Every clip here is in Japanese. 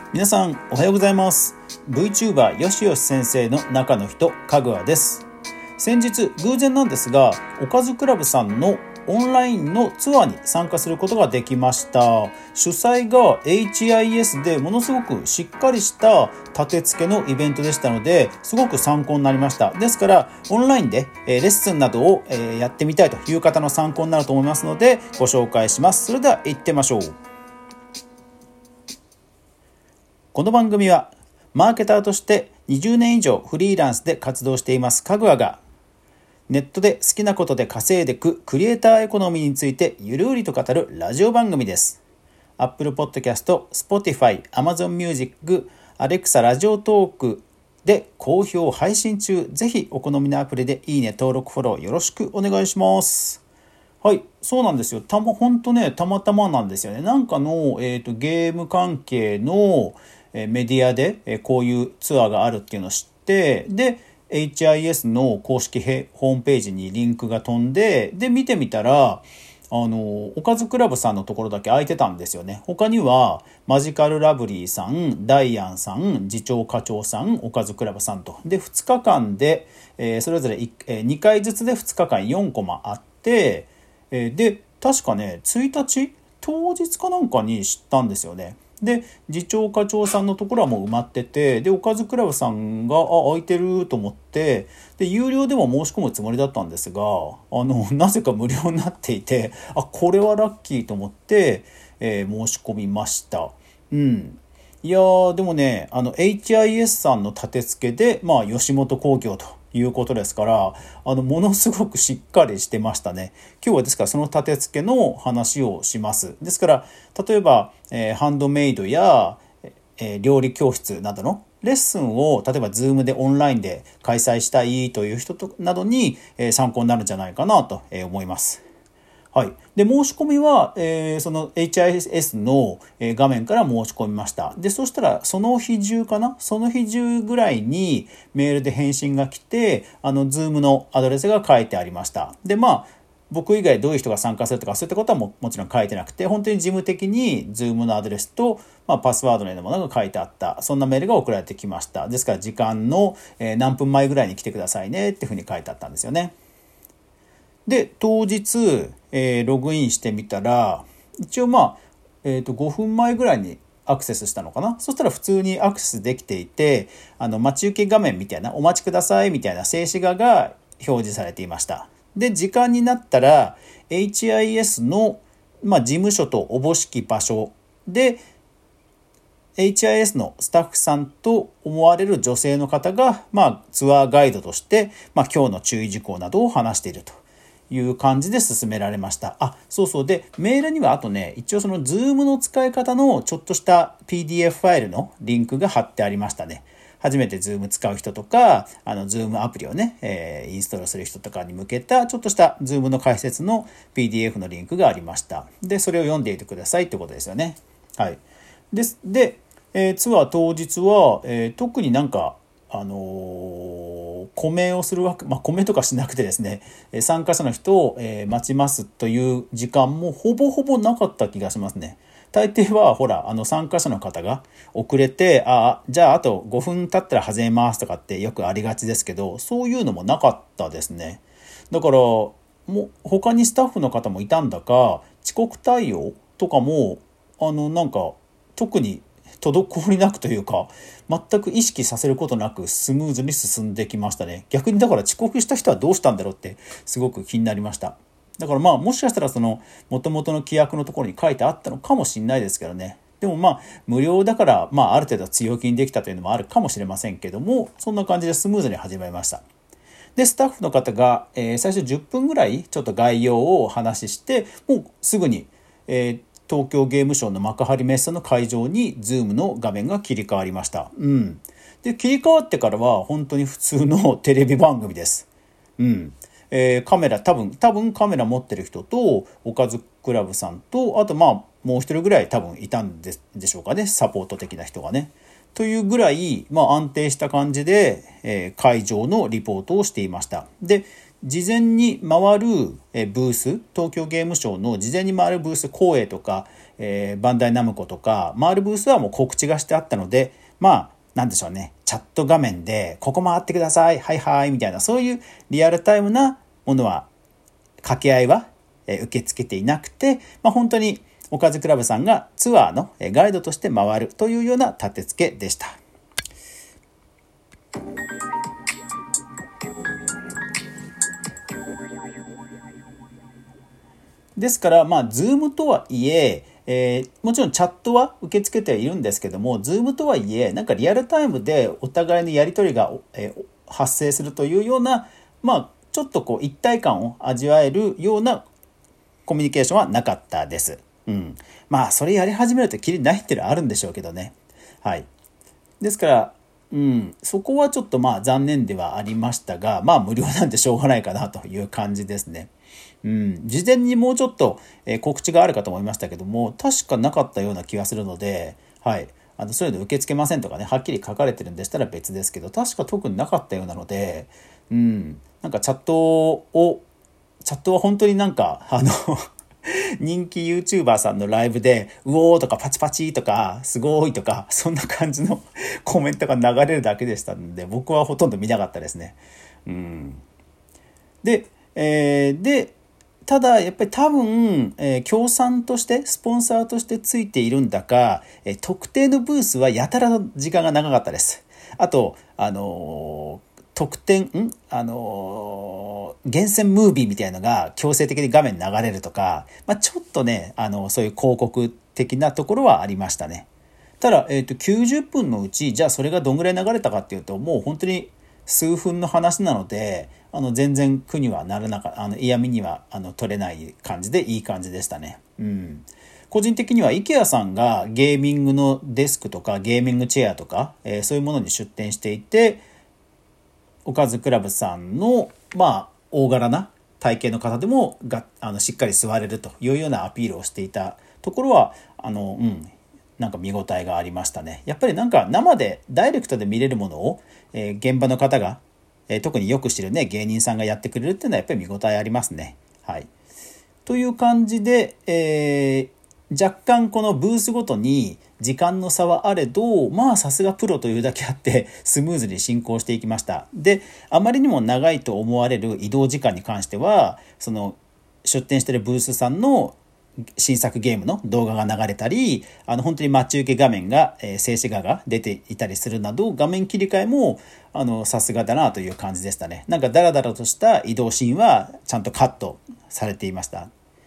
皆さんおはようございます。 VTuber よしよし先生の中の人、かぐわです。先日偶然なんですが、おかずクラブさんのオンラインのツアーに参加することができました。主催が HIS でものすごくしっかりした立て付けのイベントでしたので、すごく参考になりました。ですからオンラインでレッスンなどをやってみたいという方の参考になると思いますのでご紹介します。それでは行ってみましょう。この番組はマーケターとして20年以上フリーランスで活動していますかぐわが、ネットで好きなことで稼いでいくクリエイターエコノミーについてゆるりと語るラジオ番組です。 Apple Podcast、Spotify、Amazon Music、Alexa ラジオトークで好評配信中。ぜひお好みのアプリでいいね、登録、フォローよろしくお願いします。はい、そうなんですよ。本当ね、たまたまなんですよね。なんかの、ゲーム関係のメディアでこういうツアーがあるっていうのを知って、で HIS の公式ホームページにリンクが飛んで、見てみたらおかずクラブさんのところだけ空いてたんですよね。他にはマジカルラブリーさん、ダイアンさん、次長課長さん、おかずクラブさんとで2日間で、それぞれ2回ずつで2日間4コマあって、で確かね1日当日かなんかに知ったんですよね。で次長課長さんのところはもう埋まってて、でおかずクラブさんが空いてると思って、で有料でも申し込むつもりだったんですが、なぜか無料になっていて、これはラッキーと思って、申し込みました。いやでもね、HIS さんの立て付けで、吉本興業ということですから、ものすごくしっかりしてましたね。今日はですからその立て付けの話をします。ですから例えば、ハンドメイドや、料理教室などのレッスンを例えば Zoom でオンラインで開催したいという人などに、参考になるんじゃないかなと思います。はい、で申し込みは、その HIS の画面から申し込みました。でそしたらその日中ぐらいにメールで返信が来て、Zoom のアドレスが書いてありました。で僕以外どういう人が参加するとかそういったことはもちろん書いてなくて、本当に事務的に Zoom のアドレスと、パスワードのようなものが書いてあった、そんなメールが送られてきました。ですから時間の何分前ぐらいに来てくださいねっていうふうに書いてあったんですよね。で当日、ログインしてみたら、一応5分前ぐらいにアクセスしたのかな。そしたら普通にアクセスできていて、待ち受け画面みたいな、お待ちくださいみたいな静止画が表示されていました。で時間になったら HIS の、事務所とおぼしき場所で HIS のスタッフさんと思われる女性の方が、ツアーガイドとして、今日の注意事項などを話しているという感じで進められました。そうでメールにはあとね、一応その Zoom の使い方のちょっとした PDF ファイルのリンクが貼ってありましたね。初めて Zoom 使う人とか、Zoom アプリをね、インストールする人とかに向けたちょっとした Zoom の解説の PDF のリンクがありました。でそれを読んでいてくださいってことですよね。はい。で、ツアー当日は、特になんかコメをするわけ、コメとかしなくてですね、参加者の人を待ちますという時間もほぼほぼなかった気がしますね。大抵は参加者の方が遅れて、じゃああと5分経ったら始めますとかってよくありがちですけど、そういうのもなかったですね。だから他にスタッフの方もいたんだか、遅刻対応とかもなんか特に滞りなくというか、全く意識させることなくスムーズに進んできましたね。逆にだから遅刻した人はどうしたんだろうってすごく気になりました。だからもしかしたらその元々の規約のところに書いてあったのかもしれないですけどね。でも無料だからある程度強気にできたというのもあるかもしれませんけども、そんな感じでスムーズに始まりました。でスタッフの方が、最初10分ぐらいちょっと概要をお話しして、もうすぐに、東京ゲームショウの幕張メッセの会場に Zoom の画面が切り替わりました。で切り替わってからは本当に普通のテレビ番組です。カメラ多分カメラ持ってる人とおかずクラブさんと、あともう一人ぐらい多分いたんでしょうかね、サポート的な人がね。というぐらい、安定した感じで、会場のリポートをしていました。で事前に回るブース、東京ゲームショウの事前に回るブース、光栄とか、バンダイナムコとか回るブースはもう告知がしてあったので、なんでしょうね、チャット画面でここ回ってください、はいはいみたいな、そういうリアルタイムなものは、掛け合いは受け付けていなくて、本当におかずクラブさんがツアーのガイドとして回るというような立て付けでした。ですから、Zoom とはいえもちろんチャットは受け付けてはいるんですけども、Zoom とはいえ、なんかリアルタイムでお互いのやり取りが発生するというような、ちょっと一体感を味わえるようなコミュニケーションはなかったです。それやり始めるときりないっていうのはあるんでしょうけどね。はい。ですから、そこはちょっと残念ではありましたが、無料なんてしょうがないかなという感じですね。事前にもうちょっと告知があるかと思いましたけども、確かなかったような気がするので、はい。そういうの受け付けませんとかね、はっきり書かれてるんでしたら別ですけど、確か特になかったようなので、なんかチャットは本当になんか、人気 YouTuber さんのライブで、うおーとかパチパチとか、すごいとか、そんな感じのコメントが流れるだけでしたので、僕はほとんど見なかったですね。で、ただやっぱり多分、協賛としてスポンサーとしてついているんだか、特定のブースはやたら時間が長かったです。あと特典厳選ムービーみたいなのが強制的に画面に流れるとか、ちょっとねそういう広告的なところはありましたね。ただ、90分のうちじゃあそれがどんぐらい流れたかっていうと、もう本当に数分の話なので、全然苦にはならなかった、嫌味には取れない感じでいい感じでしたね。個人的には IKEA さんがゲーミングのデスクとかゲーミングチェアとか、そういうものに出展していて、おかずクラブさんの大柄な体型の方でもしっかり座れるというようなアピールをしていたところはなんか見応えがありましたね。やっぱりなんか生でダイレクトで見れるものを、現場の方が、特によく知るね芸人さんがやってくれるっていうのはやっぱり見応えありますね。はい。という感じで、若干このブースごとに時間の差はあれど、さすがプロというだけあってスムーズに進行していきました。で、あまりにも長いと思われる移動時間に関しては、その出展しているブースさんの新作ゲームの動画が流れたり、本当に待ち受け画面が、静止画が出ていたりするなど、画面切り替えもさすがだなという感じでしたね。なんかダラダラとした移動シーンはちゃんとカットされていました。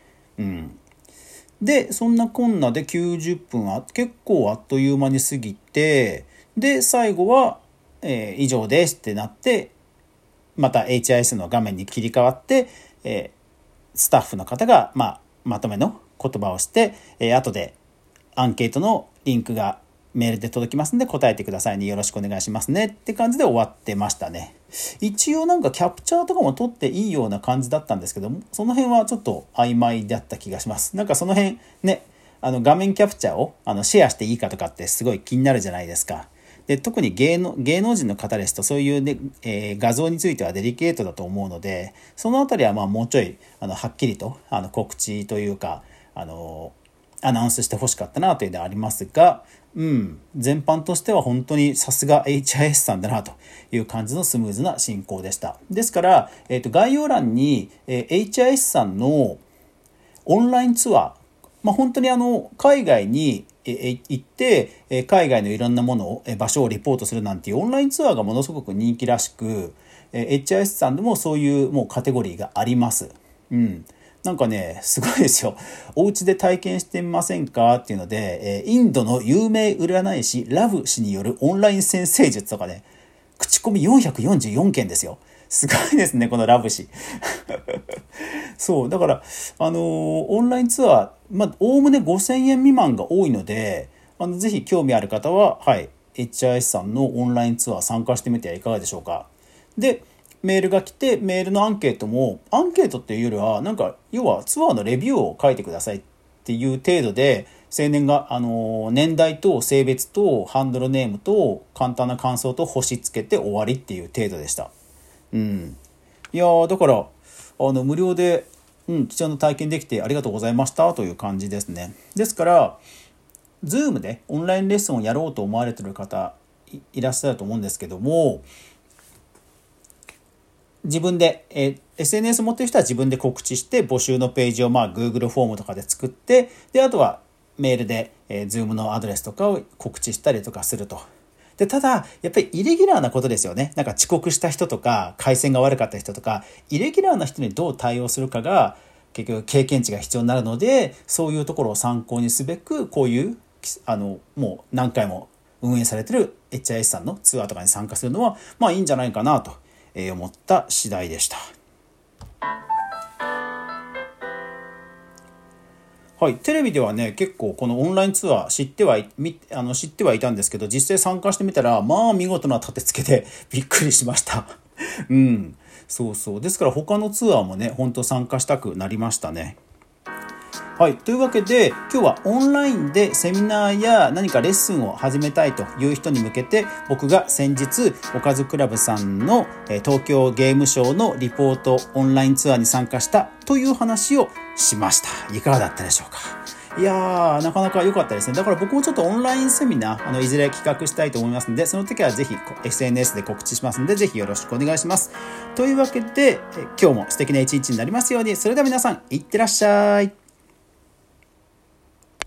で、そんなこんなで90分は結構あっという間に過ぎて、で、最後は、以上ですってなって、また HIS の画面に切り替わって、スタッフの方が、まとめの言葉をして、後でアンケートのリンクがメールで届きますんで答えてくださいね、よろしくお願いしますねって感じで終わってましたね。一応なんかキャプチャーとかも撮っていいような感じだったんですけども、その辺はちょっと曖昧だった気がします。なんかその辺ね、画面キャプチャーをシェアしていいかとかってすごい気になるじゃないですか。で、特に芸能人の方ですとそういうね、画像についてはデリケートだと思うので、そのあたりはもうちょいはっきりと告知というかアナウンスしてほしかったなというのはありますが、全般としては本当にさすが HIS さんだなという感じのスムーズな進行でした。ですから、概要欄に、HIS さんのオンラインツアー、本当に海外に行って海外のいろんなものを場所をリポートするなんていうオンラインツアーがものすごく人気らしく、HIS さんでもそういうもうカテゴリーがあります。なんかね、すごいですよ。お家で体験してみませんかっていうので、インドの有名占い師ラブ氏によるオンライン占星術とかね、口コミ444件ですよ。すごいですね、このラブ氏。そう、だから、オンラインツアー、おおむね5000円未満が多いので、ぜひ興味ある方は、はい、HIS さんのオンラインツアー参加してみてはいかがでしょうか。で、メールが来て、メールのアンケートも、アンケートっていうよりは、なんか、要はツアーのレビューを書いてくださいっていう程度で、青年が、年代と性別とハンドルネームと簡単な感想と星つけて終わりっていう程度でした。 いやーだから無料で、貴重な体験できてありがとうございましたという感じですね。ですから Zoom でオンラインレッスンをやろうと思われている方 いらっしゃると思うんですけども、自分で、SNS 持ってる人は自分で告知して募集のページをGoogle フォームとかで作って、であとはメールで、Zoom のアドレスとかを告知したりとかすると。でただやっぱりイレギュラーなことですよね。なんか遅刻した人とか回線が悪かった人とかイレギュラーな人にどう対応するかが結局経験値が必要になるので、そういうところを参考にすべくこういうもう何回も運営されてる HIS さんのツアーとかに参加するのはいいんじゃないかなと思った次第でした。はい、テレビではね結構このオンラインツアー知ってはいたんですけど、実際参加してみたら見事な立て付けでびっくりしましたそうですから他のツアーもね本当参加したくなりましたね。はい、というわけで今日はオンラインでセミナーや何かレッスンを始めたいという人に向けて、僕が先日おかずクラブさんの東京ゲームショウのリポートオンラインツアーに参加したという話をしました。いかがだったでしょうか。いやーなかなか良かったですね。だから僕もちょっとオンラインセミナーいずれ企画したいと思いますので、その時はぜひ SNS で告知しますのでぜひよろしくお願いします。というわけで今日も素敵な一日になりますように。それでは皆さんいってらっしゃい。